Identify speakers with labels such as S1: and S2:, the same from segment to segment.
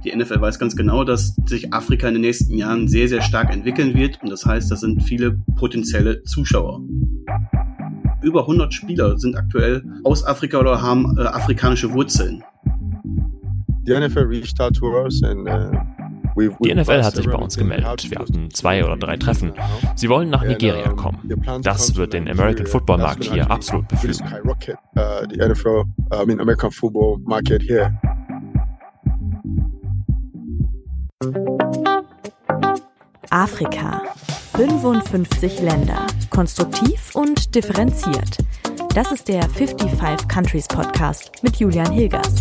S1: Die NFL weiß ganz genau, dass sich Afrika in den nächsten Jahren sehr, sehr stark entwickeln wird. Und das heißt, das sind viele potenzielle Zuschauer. Über 100 Spieler sind aktuell aus Afrika oder haben afrikanische Wurzeln.
S2: Die NFL hat sich bei uns gemeldet. Wir hatten 2 oder 3 Treffen. Sie wollen nach Nigeria kommen. Das wird den American Football Markt hier absolut beflügeln.
S3: Afrika. 55 Länder. Konstruktiv und differenziert. Das ist der 55 Countries Podcast mit Julian Hilgers.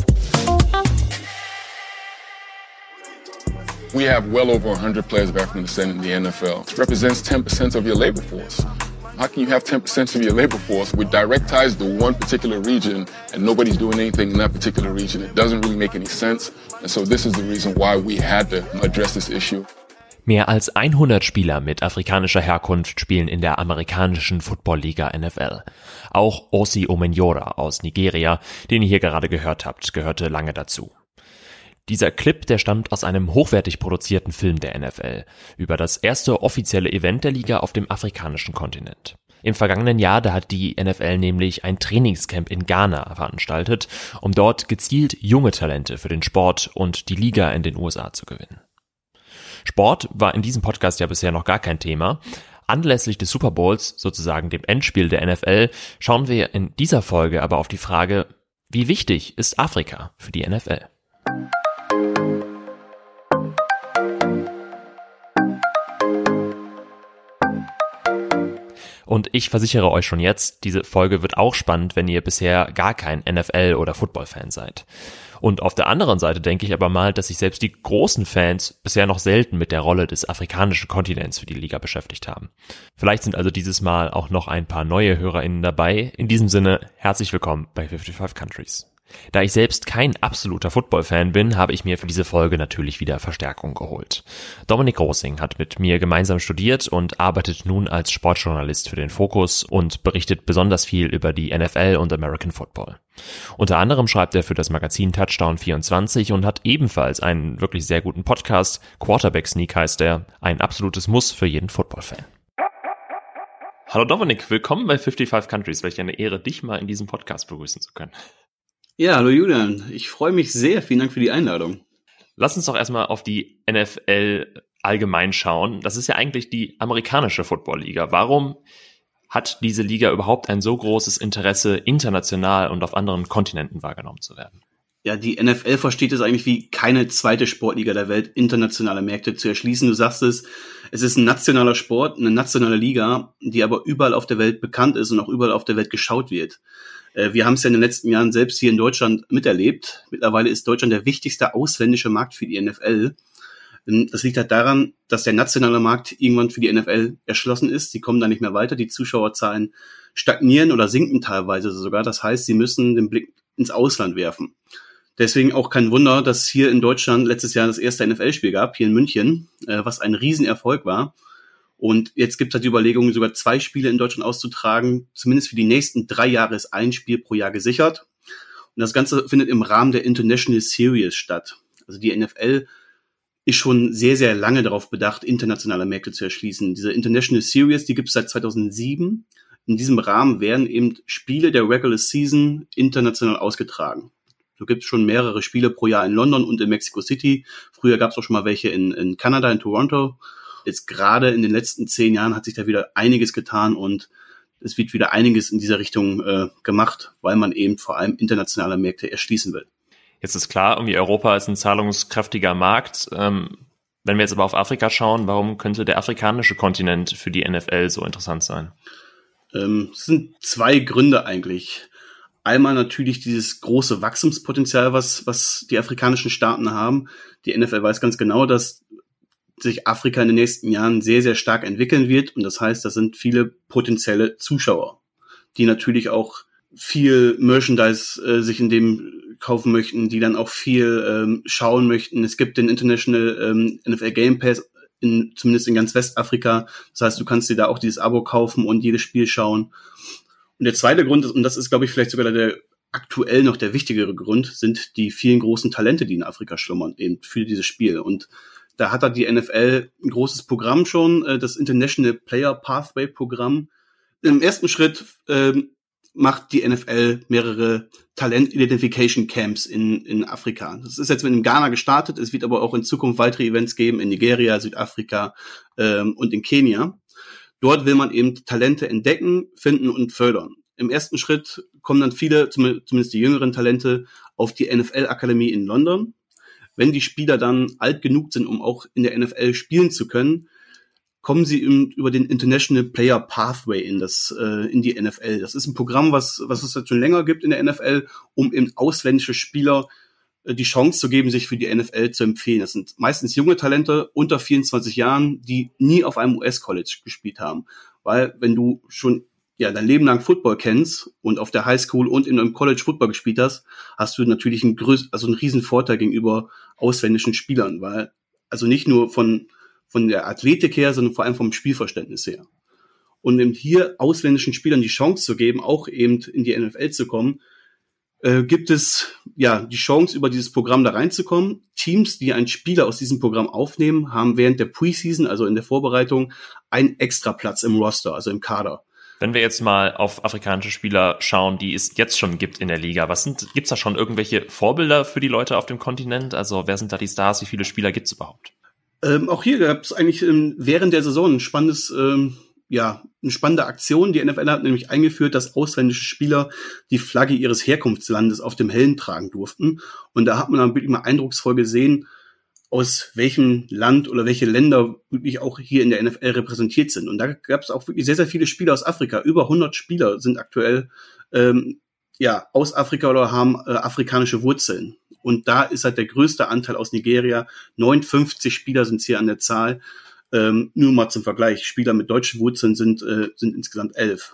S4: We have well over 100 players of African descent in the NFL. It represents 10% of your labor force. How can you have 10% of your labor force with direct ties to one particular region and nobody's doing anything in that particular region? It doesn't really make any sense. And so this is the reason why we had to address this issue.
S5: Mehr als 100 Spieler mit afrikanischer Herkunft spielen in der amerikanischen Football-Liga NFL. Auch Osi Omenjora aus Nigeria, den ihr hier gerade gehört habt, gehörte lange dazu. Dieser Clip, der stammt aus einem hochwertig produzierten Film der NFL über das erste offizielle Event der Liga auf dem afrikanischen Kontinent. Im vergangenen Jahr, da hat die NFL nämlich ein Trainingscamp in Ghana veranstaltet, um dort gezielt junge Talente für den Sport und die Liga in den USA zu gewinnen. Sport war in diesem Podcast ja bisher noch gar kein Thema. Anlässlich des Super Bowls, sozusagen dem Endspiel der NFL, schauen wir in dieser Folge aber auf die Frage, wie wichtig ist Afrika für die NFL? Und ich versichere euch schon jetzt, diese Folge wird auch spannend, wenn ihr bisher gar kein NFL- oder Football-Fan seid. Und auf der anderen Seite denke ich aber mal, dass sich selbst die großen Fans bisher noch selten mit der Rolle des afrikanischen Kontinents für die Liga beschäftigt haben. Vielleicht sind also dieses Mal auch noch ein paar neue HörerInnen dabei. In diesem Sinne, herzlich willkommen bei 55 Countries. Da ich selbst kein absoluter Football-Fan bin, habe ich mir für diese Folge natürlich wieder Verstärkung geholt. Dominik Rosing hat mit mir gemeinsam studiert und arbeitet nun als Sportjournalist für den Fokus und berichtet besonders viel über die NFL und American Football. Unter anderem schreibt er für das Magazin Touchdown 24 und hat ebenfalls einen wirklich sehr guten Podcast, Quarterback Sneak heißt er, ein absolutes Muss für jeden Football-Fan. Hallo Dominik, willkommen bei 55 Countries, welch eine Ehre, dich mal in diesem Podcast begrüßen zu können.
S1: Ja, hallo Julian. Ich freue mich sehr. Vielen Dank für die Einladung.
S5: Lass uns doch erstmal auf die NFL allgemein schauen. Das ist ja eigentlich die amerikanische Football-Liga. Warum hat diese Liga überhaupt ein so großes Interesse, international und auf anderen Kontinenten wahrgenommen zu werden?
S1: Ja, die NFL versteht es eigentlich wie keine zweite Sportliga der Welt, internationale Märkte zu erschließen. Du sagst es ist ein nationaler Sport, eine nationale Liga, die aber überall auf der Welt bekannt ist und auch überall auf der Welt geschaut wird. Wir haben es ja in den letzten Jahren selbst hier in Deutschland miterlebt. Mittlerweile ist Deutschland der wichtigste ausländische Markt für die NFL. Das liegt halt daran, dass der nationale Markt irgendwann für die NFL erschlossen ist. Sie kommen da nicht mehr weiter. Die Zuschauerzahlen stagnieren oder sinken teilweise sogar. Das heißt, sie müssen den Blick ins Ausland werfen. Deswegen auch kein Wunder, dass hier in Deutschland letztes Jahr das erste NFL-Spiel gab, hier in München, was ein Riesenerfolg war. Und jetzt gibt es halt die Überlegung, sogar 2 Spiele in Deutschland auszutragen. Zumindest für die nächsten 3 Jahre ist ein Spiel pro Jahr gesichert. Und das Ganze findet im Rahmen der International Series statt. Also die NFL ist schon sehr, sehr lange darauf bedacht, internationale Märkte zu erschließen. Diese International Series, die gibt es seit 2007. In diesem Rahmen werden eben Spiele der Regular Season international ausgetragen. So gibt es schon mehrere Spiele pro Jahr in London und in Mexico City. Früher gab es auch schon mal welche in Kanada, in Toronto. Jetzt gerade in den letzten 10 Jahren hat sich da wieder einiges getan und es wird wieder einiges in dieser Richtung gemacht, weil man eben vor allem internationale Märkte erschließen will.
S5: Jetzt ist klar, irgendwie Europa ist ein zahlungskräftiger Markt. Wenn wir jetzt aber auf Afrika schauen, warum könnte der afrikanische Kontinent für die NFL so interessant sein?
S1: Es sind 2 Gründe eigentlich. Einmal natürlich dieses große Wachstumspotenzial, was die afrikanischen Staaten haben. Die NFL weiß ganz genau, dass sich Afrika in den nächsten Jahren sehr, sehr stark entwickeln wird. Und das heißt, das sind viele potenzielle Zuschauer, die natürlich auch viel Merchandise sich in dem kaufen möchten, die dann auch viel schauen möchten. Es gibt den International NFL Game Pass, zumindest in ganz Westafrika. Das heißt, du kannst dir da auch dieses Abo kaufen und jedes Spiel schauen. Und der zweite Grund ist, und das ist, glaube ich, vielleicht sogar der aktuell noch der wichtigere Grund sind die vielen großen Talente, die in Afrika schlummern, eben für dieses Spiel. Und da hat die NFL ein großes Programm schon, das International Player Pathway Programm. Im ersten Schritt macht die NFL mehrere Talent Identification Camps in Afrika. Das ist jetzt in Ghana gestartet, es wird aber auch in Zukunft weitere Events geben in Nigeria, Südafrika und in Kenia. Dort will man eben Talente entdecken, finden und fördern. Im ersten Schritt kommen dann viele, zumindest die jüngeren Talente, auf die NFL-Akademie in London. Wenn die Spieler dann alt genug sind, um auch in der NFL spielen zu können, kommen sie über den International Player Pathway in die NFL. Das ist ein Programm, was es jetzt schon länger gibt in der NFL, um eben ausländische Spieler die Chance zu geben, sich für die NFL zu empfehlen. Das sind meistens junge Talente unter 24 Jahren, die nie auf einem US-College gespielt haben. Weil wenn du schon dein Leben lang Football kennst und auf der Highschool und in einem College Football gespielt hast, hast du natürlich einen riesen Vorteil gegenüber ausländischen Spielern, weil also nicht nur von der Athletik her, sondern vor allem vom Spielverständnis her. Und eben hier ausländischen Spielern die Chance zu geben, auch eben in die NFL zu kommen, gibt es die Chance, über dieses Programm da reinzukommen. Teams, die einen Spieler aus diesem Programm aufnehmen, haben während der Preseason, also in der Vorbereitung, einen Extraplatz im Roster, also im Kader.
S5: Wenn wir jetzt mal auf afrikanische Spieler schauen, die es jetzt schon gibt in der Liga, gibt's da schon irgendwelche Vorbilder für die Leute auf dem Kontinent? Also wer sind da die Stars? Wie viele Spieler gibt's überhaupt?
S1: Auch hier gab es eigentlich während der Saison eine spannende Aktion. Die NFL hat nämlich eingeführt, dass ausländische Spieler die Flagge ihres Herkunftslandes auf dem Helm tragen durften. Und da hat man dann wirklich mal eindrucksvoll gesehen, aus welchem Land oder welche Länder wirklich auch hier in der NFL repräsentiert sind. Und da gab es auch wirklich sehr, sehr viele Spieler aus Afrika. Über 100 Spieler sind aktuell aus Afrika oder haben afrikanische Wurzeln. Und da ist halt der größte Anteil aus Nigeria. 59 Spieler sind hier an der Zahl. Nur mal zum Vergleich. Spieler mit deutschen Wurzeln sind insgesamt 11.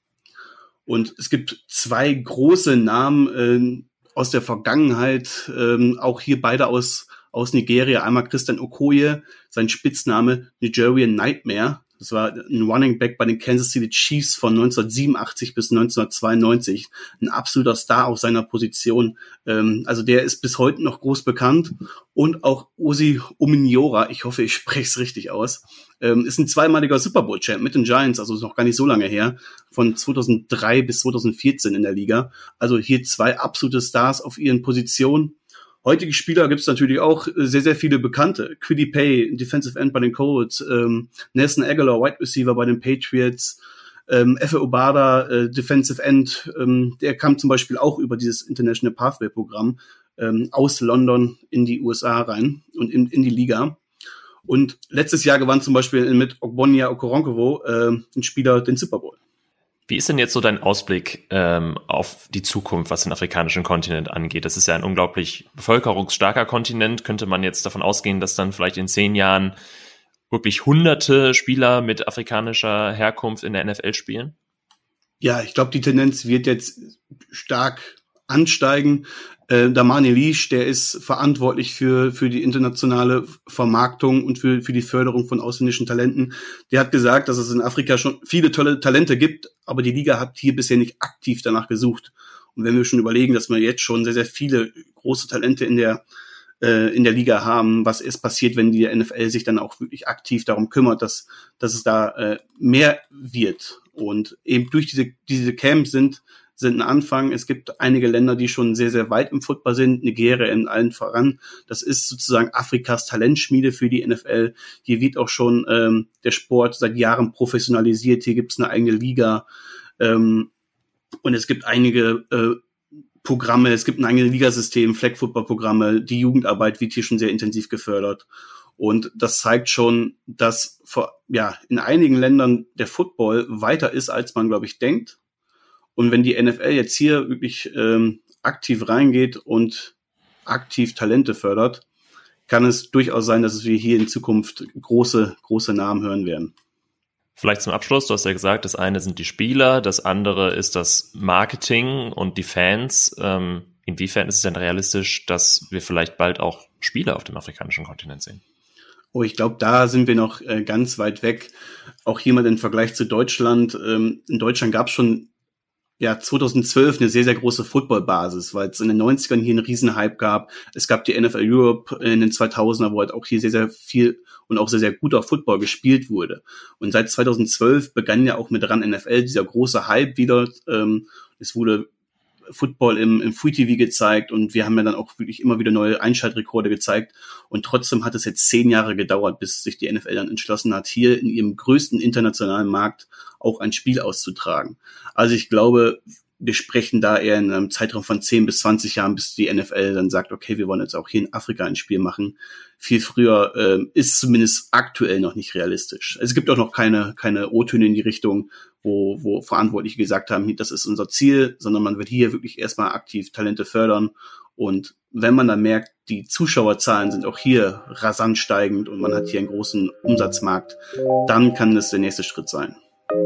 S1: Und es gibt 2 große Namen aus der Vergangenheit, auch hier beide aus Nigeria. Einmal Christian Okoye, sein Spitzname Nigerian Nightmare. Das war ein Running Back bei den Kansas City Chiefs von 1987 bis 1992. Ein absoluter Star auf seiner Position. Also der ist bis heute noch groß bekannt. Und auch Osi Umenyiora, ich hoffe, ich spreche es richtig aus, ist ein zweimaliger Super Bowl Champ mit den Giants, also ist noch gar nicht so lange her, von 2003 bis 2014 in der Liga. Also hier 2 absolute Stars auf ihren Positionen. Heutige Spieler gibt es natürlich auch sehr, sehr viele bekannte. Kwity Paye, Defensive End bei den Colts, Nelson Aguilar, Wide Receiver bei den Patriots, Efe Obada, Defensive End, der kam zum Beispiel auch über dieses International Pathway Programm aus London in die USA rein und in die Liga. Und letztes Jahr gewann zum Beispiel mit Ogbonia Okoronkwo ein Spieler den Super Bowl.
S5: Wie ist denn jetzt so dein Ausblick auf die Zukunft, was den afrikanischen Kontinent angeht? Das ist ja ein unglaublich bevölkerungsstarker Kontinent. Könnte man jetzt davon ausgehen, dass dann vielleicht in 10 Jahren wirklich hunderte Spieler mit afrikanischer Herkunft in der NFL spielen?
S1: Ja, ich glaube, die Tendenz wird jetzt stark ansteigen. Damani Leash, der ist verantwortlich für die internationale Vermarktung und für die Förderung von ausländischen Talenten. Der hat gesagt, dass es in Afrika schon viele tolle Talente gibt, aber die Liga hat hier bisher nicht aktiv danach gesucht. Und wenn wir schon überlegen, dass wir jetzt schon sehr, sehr viele große Talente in der Liga haben, was erst passiert, wenn die NFL sich dann auch wirklich aktiv darum kümmert, dass es da mehr wird. Und eben durch diese Camps sind ein Anfang. Es gibt einige Länder, die schon sehr, sehr weit im Football sind. Nigeria in allen voran. Das ist sozusagen Afrikas Talentschmiede für die NFL. Hier wird auch schon der Sport seit Jahren professionalisiert. Hier gibt es eine eigene Liga. Und es gibt einige Programme. Es gibt ein eigenes Ligasystem, Flag-Football-Programme. Die Jugendarbeit wird hier schon sehr intensiv gefördert. Und das zeigt schon, dass in einigen Ländern der Football weiter ist, als man, glaube ich, denkt. Und wenn die NFL jetzt hier wirklich aktiv reingeht und aktiv Talente fördert, kann es durchaus sein, dass wir hier in Zukunft große Namen hören werden.
S5: Vielleicht zum Abschluss, du hast ja gesagt, das eine sind die Spieler, das andere ist das Marketing und die Fans. Inwiefern ist es denn realistisch, dass wir vielleicht bald auch Spieler auf dem afrikanischen Kontinent sehen?
S1: Oh, ich glaube, da sind wir noch ganz weit weg. Auch hier mal den Vergleich zu Deutschland. In Deutschland gab es schon ja 2012 eine sehr, sehr große Football-Basis, weil es in den 90ern hier einen riesen Hype gab. Es gab die NFL Europe in den 2000er, wo halt auch hier sehr, sehr viel und auch sehr, sehr guter Football gespielt wurde. Und seit 2012 begann ja auch mit RAN NFL dieser große Hype wieder. Es wurde Football im Free TV gezeigt und wir haben ja dann auch wirklich immer wieder neue Einschaltrekorde gezeigt und trotzdem hat es jetzt 10 Jahre gedauert, bis sich die NFL dann entschlossen hat, hier in ihrem größten internationalen Markt auch ein Spiel auszutragen. Also ich glaube, wir sprechen da eher in einem Zeitraum von 10 bis 20 Jahren, bis die NFL dann sagt, okay, wir wollen jetzt auch hier in Afrika ein Spiel machen. Viel früher ist zumindest aktuell noch nicht realistisch. Es gibt auch noch keine O-Töne in die Richtung, wo Verantwortliche gesagt haben, das ist unser Ziel, sondern man wird hier wirklich erstmal aktiv Talente fördern. Und wenn man dann merkt, die Zuschauerzahlen sind auch hier rasant steigend und man hat hier einen großen Umsatzmarkt, dann kann das der nächste Schritt sein.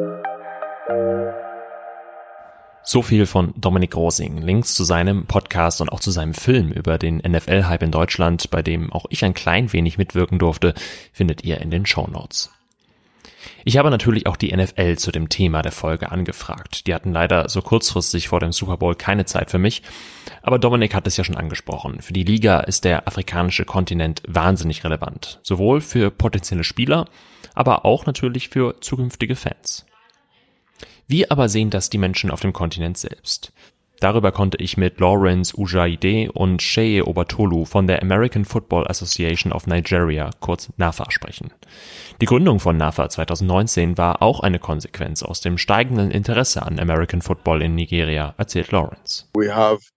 S5: So viel von Dominik Rosing. Links zu seinem Podcast und auch zu seinem Film über den NFL-Hype in Deutschland, bei dem auch ich ein klein wenig mitwirken durfte, findet ihr in den Shownotes. Ich habe natürlich auch die NFL zu dem Thema der Folge angefragt. Die hatten leider so kurzfristig vor dem Super Bowl keine Zeit für mich. Aber Dominik hat es ja schon angesprochen. Für die Liga ist der afrikanische Kontinent wahnsinnig relevant. Sowohl für potenzielle Spieler, aber auch natürlich für zukünftige Fans. Wie aber sehen das die Menschen auf dem Kontinent selbst? Darüber konnte ich mit Lawrence Ujaide und Sheye Obatolu von der American Football Association of Nigeria, kurz NAFA, sprechen. Die Gründung von NAFA 2019 war auch eine Konsequenz aus dem steigenden Interesse an American Football in Nigeria, erzählt Lawrence. Wir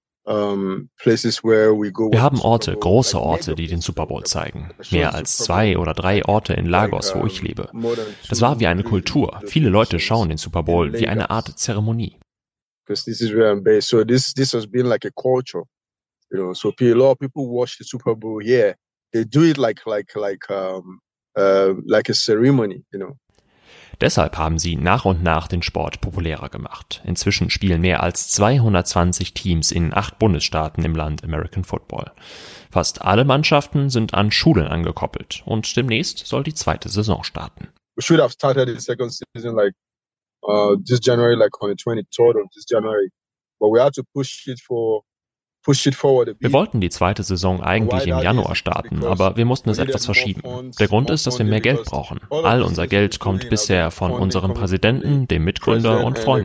S5: haben Orte, große Orte, die den Super Bowl zeigen. Mehr als 2 oder 3 Orte in Lagos, wo ich lebe. Das war wie eine Kultur. Viele Leute schauen den Super Bowl wie eine Art Zeremonie.
S6: Because this is where I'm based. So this has been like a culture, So a lot of people watch the Super Bowl here. They do it like a ceremony,
S5: Deshalb haben sie nach und nach den Sport populärer gemacht. Inzwischen spielen mehr als 220 Teams in 8 Bundesstaaten im Land American Football. Fast alle Mannschaften sind an Schulen angekoppelt und demnächst soll die 2. Saison starten.
S6: We should have started the second season this January, on the 23rd of this January, but we had to push it forward.
S5: Wir wollten die 2. Saison eigentlich im Januar starten, aber wir mussten es etwas verschieben. Der Grund ist, dass wir mehr Geld brauchen. All unser Geld kommt bisher von unserem Präsidenten, dem Mitgründer und Freunden.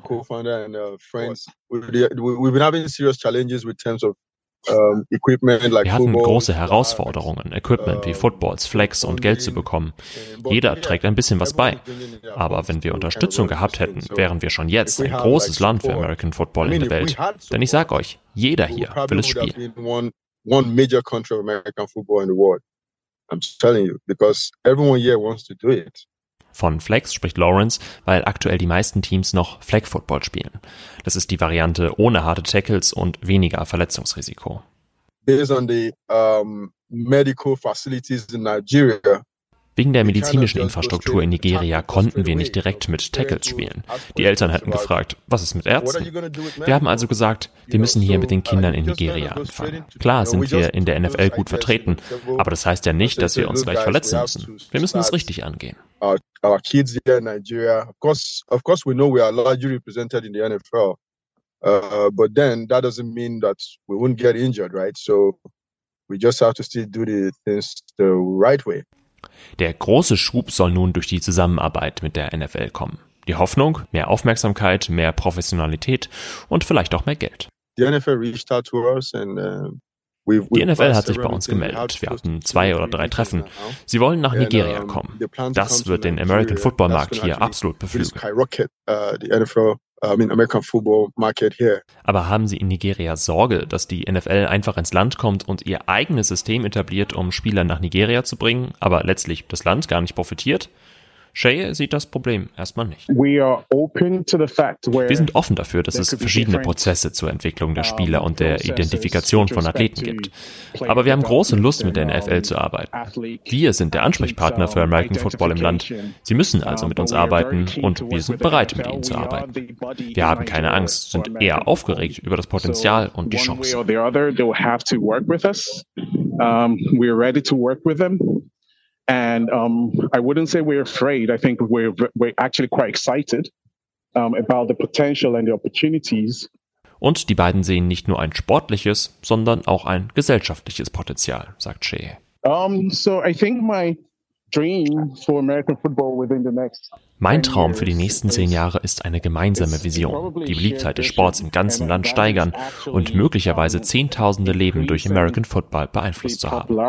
S5: Wir hatten große Herausforderungen, Equipment wie Footballs, Flags und Geld zu bekommen. Jeder trägt ein bisschen was bei. Aber wenn wir Unterstützung gehabt hätten, wären wir schon jetzt ein großes Land für American Football in der Welt. Denn ich sag euch, jeder hier will es spielen. Von Flags spricht Lawrence, weil aktuell die meisten Teams noch Flag Football spielen. Das ist die Variante ohne harte Tackles und weniger Verletzungsrisiko.
S6: Based on the medical facilities in Nigeria.
S5: Wegen der medizinischen Infrastruktur in Nigeria konnten wir nicht direkt mit Tackles spielen. Die Eltern hätten gefragt, was ist mit Ärzten? Wir haben also gesagt, wir müssen hier mit den Kindern in Nigeria anfangen. Klar sind wir in der NFL gut vertreten, aber das heißt ja nicht, dass wir uns gleich verletzen müssen. Wir müssen es richtig angehen.
S6: Our kids here in Nigeria, of course we know we are largely represented in the NFL, but then that doesn't mean that we won't get injured, right? So we just have to still do the things the right way.
S5: Der große Schub soll nun durch die Zusammenarbeit mit der NFL kommen. Die Hoffnung, mehr Aufmerksamkeit, mehr Professionalität und vielleicht auch mehr Geld.
S6: Die
S5: NFL hat sich bei uns gemeldet. Wir hatten 2 oder 3 Treffen. Sie wollen nach Nigeria kommen. Das wird den American Football Markt hier absolut beflügeln. Aber haben Sie in Nigeria Sorge, dass die NFL einfach ins Land kommt und ihr eigenes System etabliert, um Spieler nach Nigeria zu bringen, aber letztlich das Land gar nicht profitiert? Sheye sieht das Problem erstmal nicht. Wir sind offen dafür, dass es verschiedene Prozesse zur Entwicklung der Spieler und der Identifikation von Athleten gibt. Aber wir haben große Lust, mit der NFL zu arbeiten. Wir sind der Ansprechpartner für American Football im Land. Sie müssen also mit uns arbeiten und wir sind bereit, mit ihnen zu arbeiten. Wir haben keine Angst, sind eher aufgeregt über das Potenzial und die Chancen.
S7: And I wouldn't say we're afraid. I think we're actually quite excited about the potential and the opportunities.
S5: Und die beiden sehen nicht nur ein sportliches, sondern auch ein gesellschaftliches Potenzial, sagt Shea.
S7: So I think
S5: mein Traum für die nächsten 10 Jahre ist eine gemeinsame Vision, die Beliebtheit des Sports im ganzen Land steigern und möglicherweise Zehntausende Leben durch American Football beeinflusst zu haben.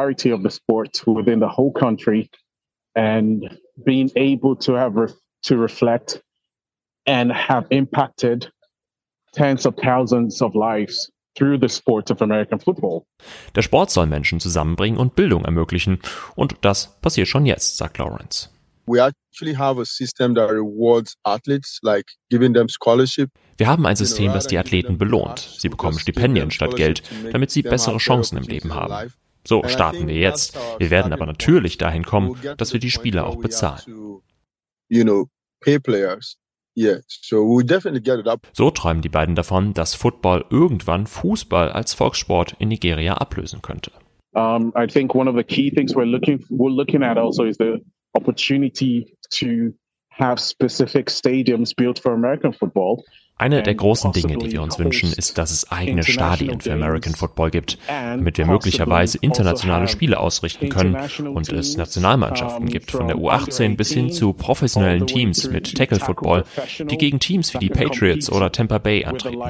S7: And have impacted tens of thousands of lives through the sport of American football.
S5: Der Sport soll Menschen zusammenbringen und Bildung ermöglichen. Und das passiert schon jetzt, sagt Lawrence.
S6: We actually have a system that rewards athletes, like giving them scholarship.
S5: Wir haben ein System, das die Athleten belohnt. Sie bekommen Stipendien statt Geld, damit sie bessere Chancen im Leben haben. So starten wir jetzt. Wir werden aber natürlich dahin kommen, dass wir die Spieler auch bezahlen.
S6: Pay players. Yeah, so we'll definitely get it up.
S5: So träumen die beiden davon, dass Football irgendwann Fußball als Volkssport in Nigeria ablösen könnte.
S7: I think one of the key things we're looking at also is the opportunity to have specific stadiums built for American football.
S5: Eine der großen Dinge, die wir uns wünschen, ist, dass es eigene Stadien für American Football gibt, damit wir möglicherweise internationale Spiele ausrichten können und es Nationalmannschaften gibt, von der U18 bis hin zu professionellen Teams mit Tackle Football, die gegen Teams wie die Patriots oder Tampa Bay antreten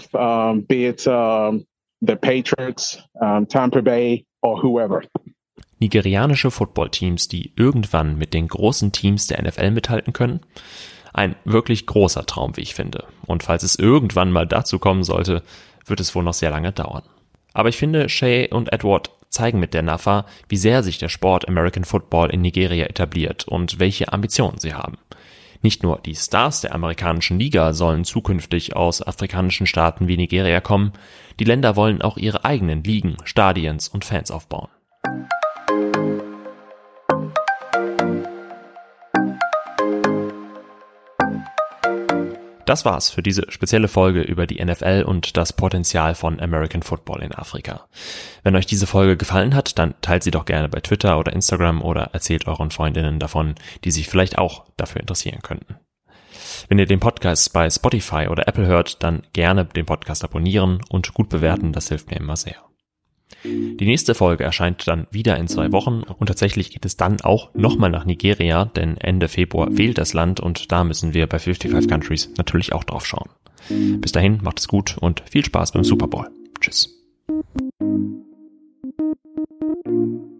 S5: können. Nigerianische Footballteams, die irgendwann mit den großen Teams der NFL mithalten können? Ein wirklich großer Traum, wie ich finde. Und falls es irgendwann mal dazu kommen sollte, wird es wohl noch sehr lange dauern. Aber ich finde, Shea und Edward zeigen mit der NAFA, wie sehr sich der Sport American Football in Nigeria etabliert und welche Ambitionen sie haben. Nicht nur die Stars der amerikanischen Liga sollen zukünftig aus afrikanischen Staaten wie Nigeria kommen, die Länder wollen auch ihre eigenen Ligen, Stadions und Fans aufbauen. Das war's für diese spezielle Folge über die NFL und das Potenzial von American Football in Afrika. Wenn euch diese Folge gefallen hat, dann teilt sie doch gerne bei Twitter oder Instagram oder erzählt euren Freundinnen davon, die sich vielleicht auch dafür interessieren könnten. Wenn ihr den Podcast bei Spotify oder Apple hört, dann gerne den Podcast abonnieren und gut bewerten, das hilft mir immer sehr. Die nächste Folge erscheint dann wieder in 2 Wochen und tatsächlich geht es dann auch nochmal nach Nigeria, denn Ende Februar wählt das Land und da müssen wir bei 55 Countries natürlich auch drauf schauen. Bis dahin, macht es gut und viel Spaß beim Super Bowl. Tschüss.